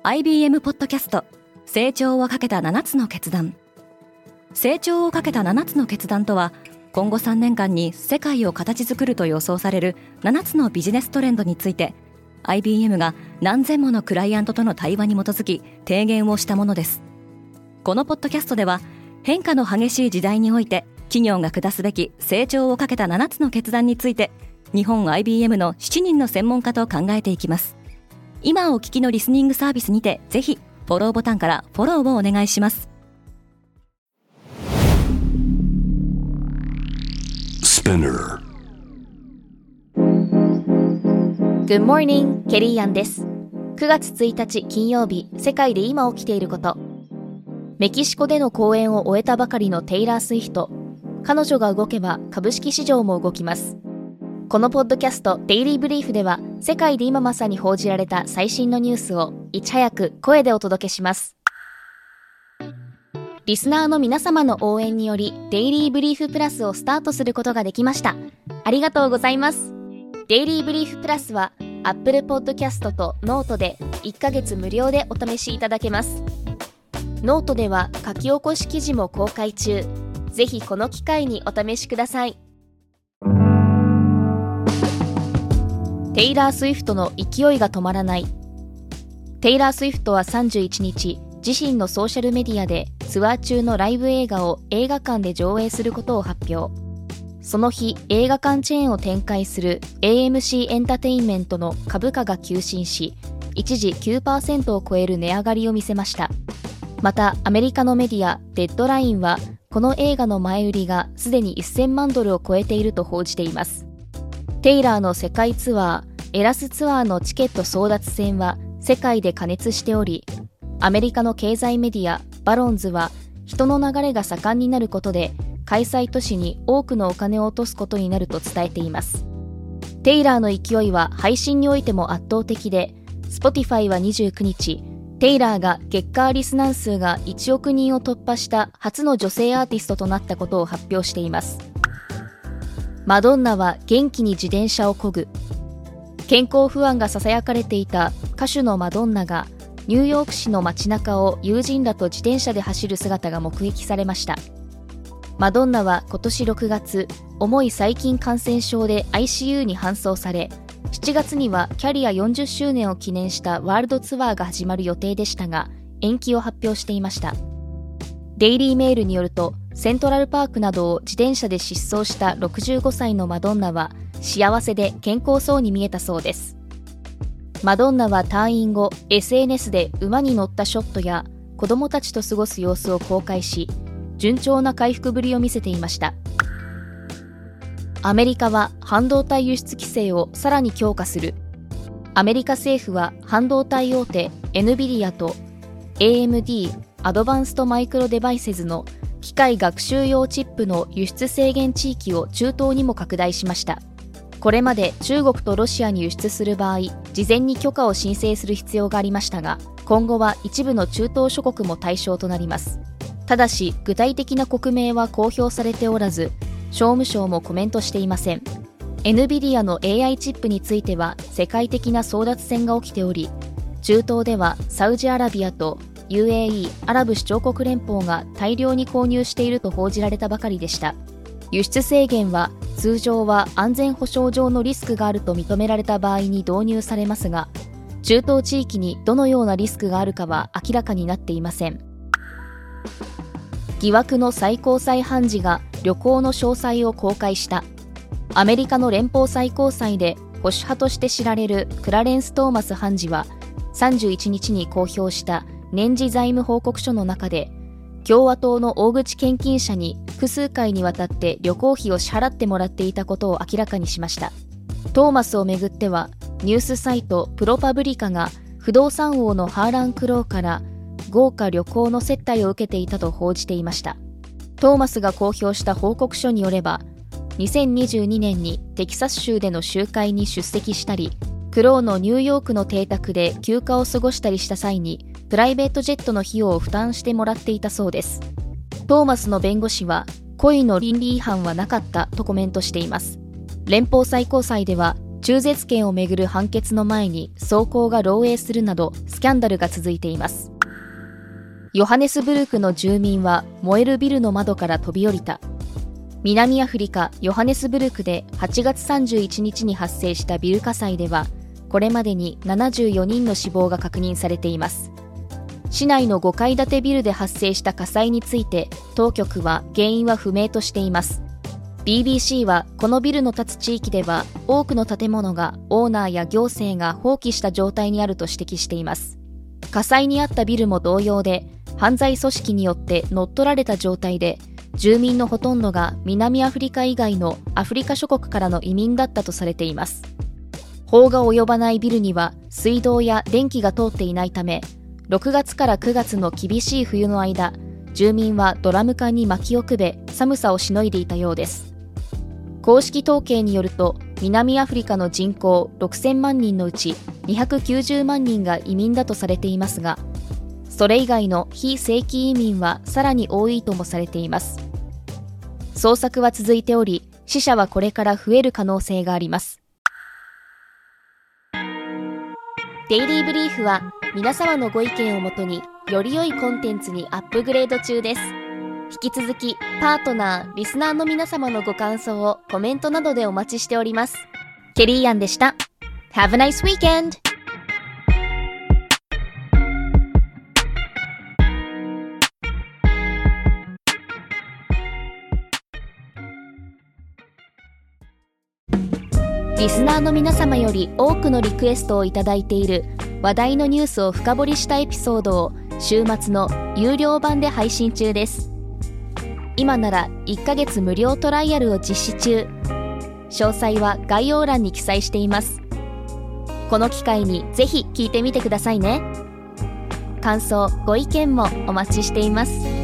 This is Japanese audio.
IBM ポッドキャスト成長をかけた7つの決断。成長をかけた7つの決断とは、今後3年間に世界を形作ると予想される7つのビジネストレンドについて IBM が何千ものクライアントとの対話に基づき提言をしたものです。このポッドキャストでは、変化の激しい時代において企業が下すべき成長をかけた7つの決断について、日本 IBM の7人の専門家と考えていきます。今お聞きのリスニングサービスにて、ぜひフォローボタンからフォローをお願いします。 Spinner Good morning、ケリーアンです。9月1日金曜日、世界で今起きていること。メキシコでの公演を終えたばかりのテイラー・スウィフト。彼女が動けば株式市場も動きます。このポッドキャストデイリーブリーフでは、世界で今まさに報じられた最新のニュースをいち早く声でお届けします。リスナーの皆様の応援により、デイリーブリーフプラスをスタートすることができました。ありがとうございます。デイリーブリーフプラスは Apple Podcast とノートで1ヶ月無料でお試しいただけます。ノートでは書き起こし記事も公開中。ぜひこの機会にお試しください。テイラー・スウィフトの勢いが止まらない。テイラー・スウィフトは31日、自身のソーシャルメディアでツアー中のライブ映画を映画館で上映することを発表。その日、映画館チェーンを展開する AMC エンタテインメントの株価が急伸し、一時 9% を超える値上がりを見せました。また、アメリカのメディアデッドラインは、この映画の前売りがすでに1000万ドルを超えていると報じています。テイラーの世界ツアー、エラスツアーのチケット争奪戦は世界で過熱しており、アメリカの経済メディアバロンズは、人の流れが盛んになることで開催都市に多くのお金を落とすことになると伝えています。テイラーの勢いは配信においても圧倒的で、Spotify は29日、テイラーが月間リスナー数が1億人を突破した初の女性アーティストとなったことを発表しています。マドンナは元気に自転車を漕ぐ。健康不安がささやかれていた歌手のマドンナが、ニューヨーク市の街中を友人らと自転車で走る姿が目撃されました。マドンナは今年6月、重い細菌感染症で ICU に搬送され、7月にはキャリア40周年を記念したワールドツアーが始まる予定でしたが、延期を発表していました。デイリーメールによると、セントラルパークなどを自転車で疾走した65歳のマドンナは幸せで健康そうに見えたそうです。マドンナは退院後、SNS で馬に乗ったショットや子供たちと過ごす様子を公開し、順調な回復ぶりを見せていました。アメリカは半導体輸出規制をさらに強化する。アメリカ政府は半導体大手 NVIDIA と AMD アドバンストマイクロデバイセズの機械学習用チップの輸出制限地域を中東にも拡大しました。これまで中国とロシアに輸出する場合、事前に許可を申請する必要がありましたが、今後は一部の中東諸国も対象となります。ただし、具体的な国名は公表されておらず、商務省もコメントしていません。NVIDIA の AI チップについては世界的な争奪戦が起きており、中東ではサウジアラビアと UAE アラブ首長国連邦が大量に購入していると報じられたばかりでした。輸出制限は通常は安全保障上のリスクがあると認められた場合に導入されますが、中東地域にどのようなリスクがあるかは明らかになっていません。疑惑の最高裁判事が旅行の詳細を公開した。アメリカの連邦最高裁で保守派として知られるクラレンス・トーマス判事は31日に公表した年次財務報告書の中で、共和党の大口献金者に複数回にわたって旅行費を支払ってもらっていたことを明らかにしました。トーマスをめぐっては、ニュースサイトプロパブリカが不動産王のハーラン・クローから豪華旅行の接待を受けていたと報じていました。トーマスが公表した報告書によれば、2022年にテキサス州での集会に出席したり、クローのニューヨークの邸宅で休暇を過ごしたりした際に、プライベートジェットの費用を負担してもらっていたそうです。トーマスの弁護士は、故意の倫理違反はなかったとコメントしています。連邦最高裁では、 中絶権をめぐる判決の前に走行が漏洩するなどスキャンダルが続いています。ヨハネスブルクの住民は燃えるビルの窓から飛び降りた。南アフリカ・ヨハネスブルクで8月31日に発生したビル火災では、これまでに74人の死亡が確認されています。市内の5階建てビルで発生した火災について、当局は原因は不明としています。BBC はこのビルの建つ地域では多くの建物がオーナーや行政が放棄した状態にあると指摘しています。火災にあったビルも同様で、犯罪組織によって乗っ取られた状態で、住民のほとんどが南アフリカ以外のアフリカ諸国からの移民だったとされています。法が及ばないビルには水道や電気が通っていないため、6月から9月の厳しい冬の間、住民はドラム缶に薪をくべ、寒さをしのいでいたようです。公式統計によると、南アフリカの人口6000万人のうち290万人が移民だとされていますが、それ以外の非正規移民はさらに多いともされています。捜索は続いており、死者はこれから増える可能性があります。デイリーブリーフは皆様のご意見をもとにより良いコンテンツにアップグレード中です。引き続きパートナー、リスナーの皆様のご感想をコメントなどでお待ちしております。ケリーアンでした。Have a nice weekend! リスナーの皆様より多くのリクエストをいただいている話題のニュースを深掘りしたエピソードを週末の有料版で配信中です。今なら1ヶ月無料トライアルを実施中。詳細は概要欄に記載しています。この機会にぜひ聞いてみてくださいね。感想、ご意見もお待ちしています。